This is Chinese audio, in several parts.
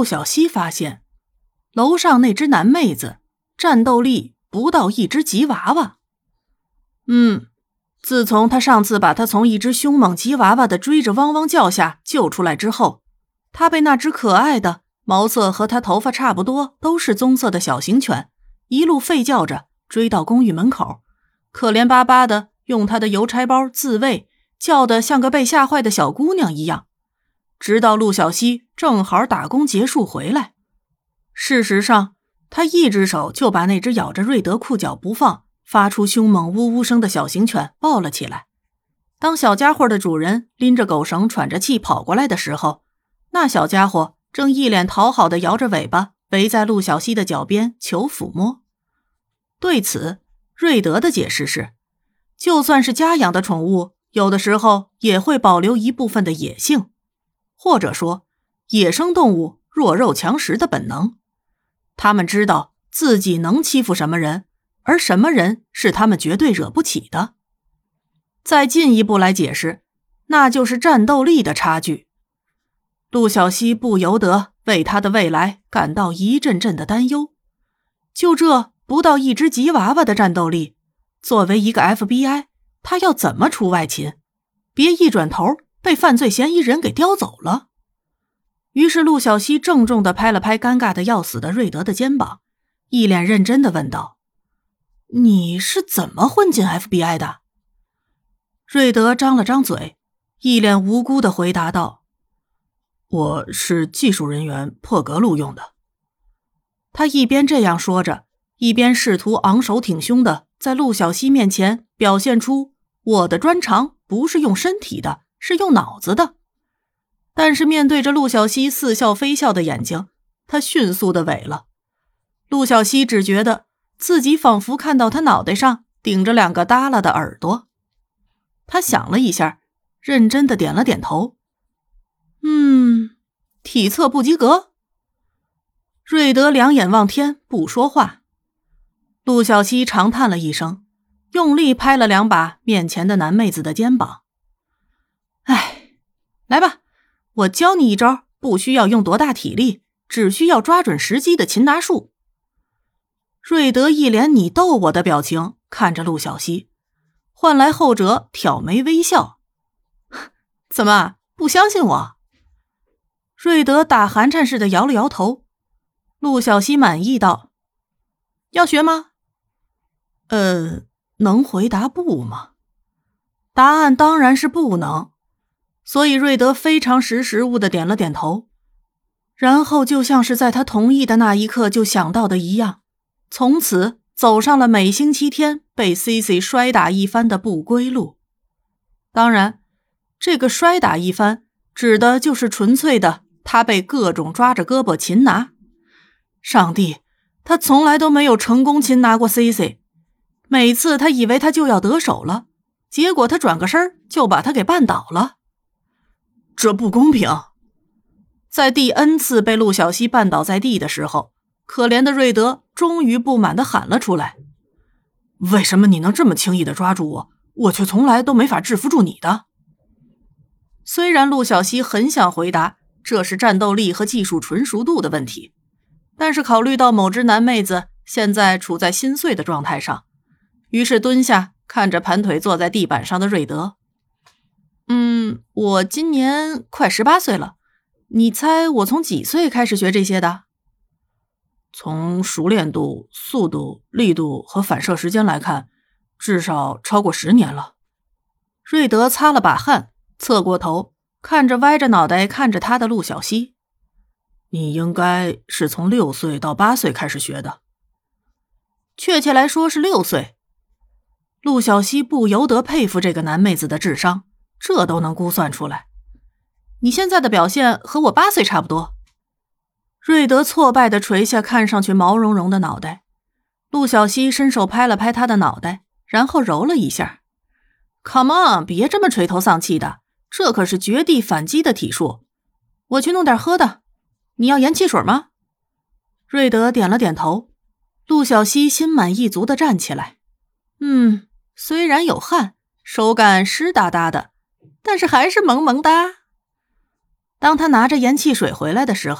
陆小西发现楼上那只男妹子战斗力不到一只吉娃娃。自从他上次把他从一只凶猛吉娃娃的追着汪汪叫下救出来之后，他被那只可爱的毛色和他头发差不多都是棕色的小型犬一路吠叫着追到公寓门口，可怜巴巴的用他的邮差包自慰，叫得像个被吓坏的小姑娘一样，直到陆小西正好打工结束回来。事实上，他一只手就把那只咬着瑞德裤脚不放，发出凶猛呜呜声的小型犬抱了起来。当小家伙的主人拎着狗绳喘着气跑过来的时候，那小家伙正一脸讨好地摇着尾巴围在陆小西的脚边求抚摸。对此，瑞德的解释是，就算是家养的宠物，有的时候也会保留一部分的野性，或者说野生动物弱肉强食的本能。他们知道自己能欺负什么人，而什么人是他们绝对惹不起的。再进一步来解释，那就是战斗力的差距。陆小西不由得为他的未来感到一阵阵的担忧。就这不到一只吉娃娃的战斗力，作为一个 FBI， 他要怎么出外勤？别一转头被犯罪嫌疑人给叼走了。于是陆小西郑重地拍了拍尴尬的要死的瑞德的肩膀，一脸认真地问道：你是怎么混进 FBI 的？瑞德张了张嘴，一脸无辜地回答道：我是技术人员破格录用的。他一边这样说着，一边试图昂首挺胸地在陆小西面前表现出我的专长不是用身体的，是用脑子的。但是面对着陆小西似笑非笑的眼睛，他迅速地萎了。陆小西只觉得自己仿佛看到他脑袋上顶着2个耷拉的耳朵。他想了一下，认真地点了点头。体测不及格。瑞德两眼望天，不说话。陆小西长叹了一声，用力拍了2把面前的男妹子的肩膀。来吧，我教你一招不需要用多大体力，只需要抓准时机的擒拿术。瑞德一脸你逗我的表情看着陆小西，换来后者挑眉微笑。怎么不相信我？瑞德打寒颤似的摇了摇头。陆小西满意道：要学吗？能回答不吗？答案当然是不能，所以瑞德非常识物地点了点头，然后就像是在他同意的那一刻就想到的一样，从此走上了每星期天被 CC 摔打一番的不归路。当然，这个摔打一番指的就是纯粹的他被各种抓着胳膊擒拿。上帝，他从来都没有成功擒拿过 CC， 每次他以为他就要得手了，结果他转个身就把他给绊倒了。这不公平。在第 N 次被陆小西绊倒在地的时候，可怜的瑞德终于不满地喊了出来：为什么你能这么轻易地抓住我，我却从来都没法制服住你的？虽然陆小西很想回答这是战斗力和技术纯熟度的问题，但是考虑到某只男妹子现在处在心碎的状态上，于是蹲下看着盘腿坐在地板上的瑞德。我今年快18岁了，你猜我从几岁开始学这些的？从熟练度、速度、力度和反射时间来看，至少超过10年了。瑞德擦了把汗，侧过头，看着歪着脑袋看着他的陆小西。你应该是从6岁到8岁开始学的。确切来说是6岁。陆小西不由得佩服这个男妹子的智商，这都能估算出来。你现在的表现和我8岁差不多。瑞德挫败地垂下看上去毛茸茸的脑袋。陆小西伸手拍了拍他的脑袋，然后揉了一下。Come on， 别这么垂头丧气的，这可是绝地反击的体术。我去弄点喝的，你要盐汽水吗？瑞德点了点头。陆小西心满意足地站起来。虽然有汗，手感湿哒哒的，但是还是萌萌哒。当他拿着盐汽水回来的时候，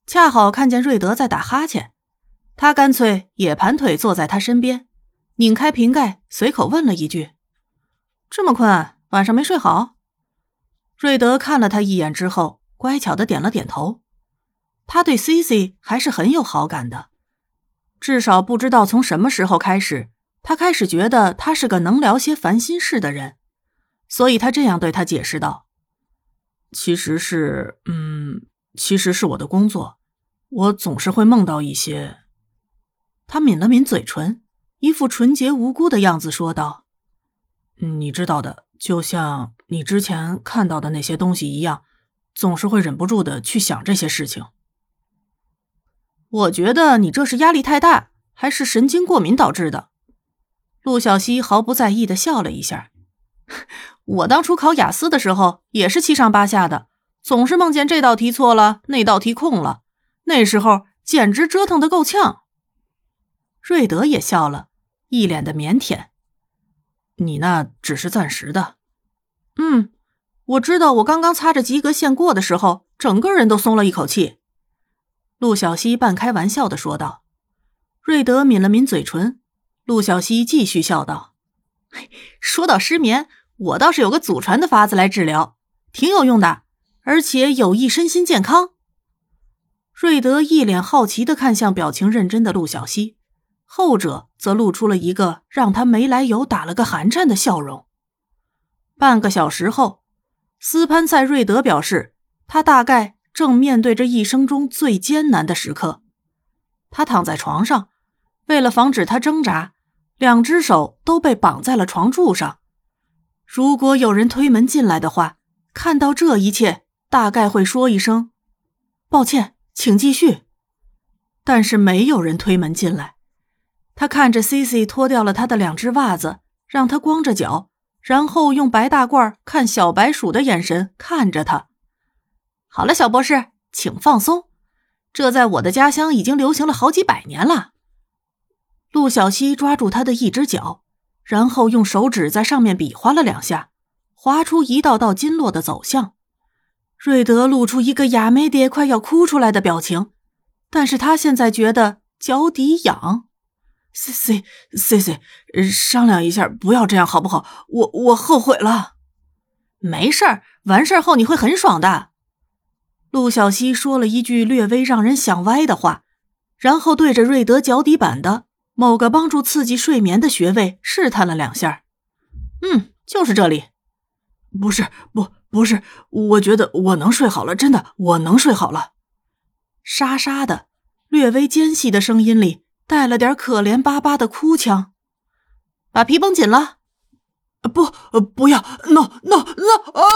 恰好看见瑞德在打哈欠，他干脆也盘腿坐在他身边，拧开瓶盖，随口问了一句：这么困，晚上没睡好？瑞德看了他一眼之后，乖巧地点了点头。他对 Cici 还是很有好感的，至少不知道从什么时候开始，他开始觉得他是个能聊些烦心事的人，所以他这样对他解释道：其实是我的工作，我总是会梦到一些。他抿了抿嘴唇，一副纯洁无辜的样子说道：你知道的，就像你之前看到的那些东西一样，总是会忍不住的去想这些事情。我觉得你这是压力太大，还是神经过敏导致的。陆小西毫不在意地笑了一下。我当初考雅思的时候也是七上八下的，总是梦见这道题错了，那道题空了，那时候简直折腾得够呛。瑞德也笑了，一脸的腼腆。你那只是暂时的。我知道，我刚刚擦着及格线过的时候，整个人都松了一口气。陆小西半开玩笑地说道。瑞德抿了抿嘴唇，陆小西继续笑道：说到失眠，我倒是有个祖传的法子来治疗，挺有用的，而且有益身心健康。瑞德一脸好奇地看向表情认真的陆小西，后者则露出了一个让他没来由打了个寒颤的笑容。半个小时后，斯潘塞瑞德表示，他大概正面对着一生中最艰难的时刻。他躺在床上，为了防止他挣扎，两只手都被绑在了床柱上。如果有人推门进来的话，看到这一切，大概会说一声：抱歉，请继续。但是没有人推门进来。他看着 Cici 脱掉了他的两只袜子，让他光着脚，然后用白大褂看小白鼠的眼神看着他。好了，小博士，请放松，这在我的家乡已经流行了好几百年了。陆小西抓住他的一只脚，然后用手指在上面比划了两下，划出一道道金落的走向。瑞德露出一个亚美爹快要哭出来的表情，但是他现在觉得脚底痒。Cici， 商量一下，不要这样好不好？我后悔了。没事儿，完事儿后你会很爽的。陆小西说了一句略微让人想歪的话，然后对着瑞德脚底板的某个帮助刺激睡眠的穴位试探了两下。就是这里。不是，我觉得我能睡好了，真的，我能睡好了。沙沙的，略微尖细的声音里带了点可怜巴巴的哭腔。把皮绷紧了。不要 ，no， 啊！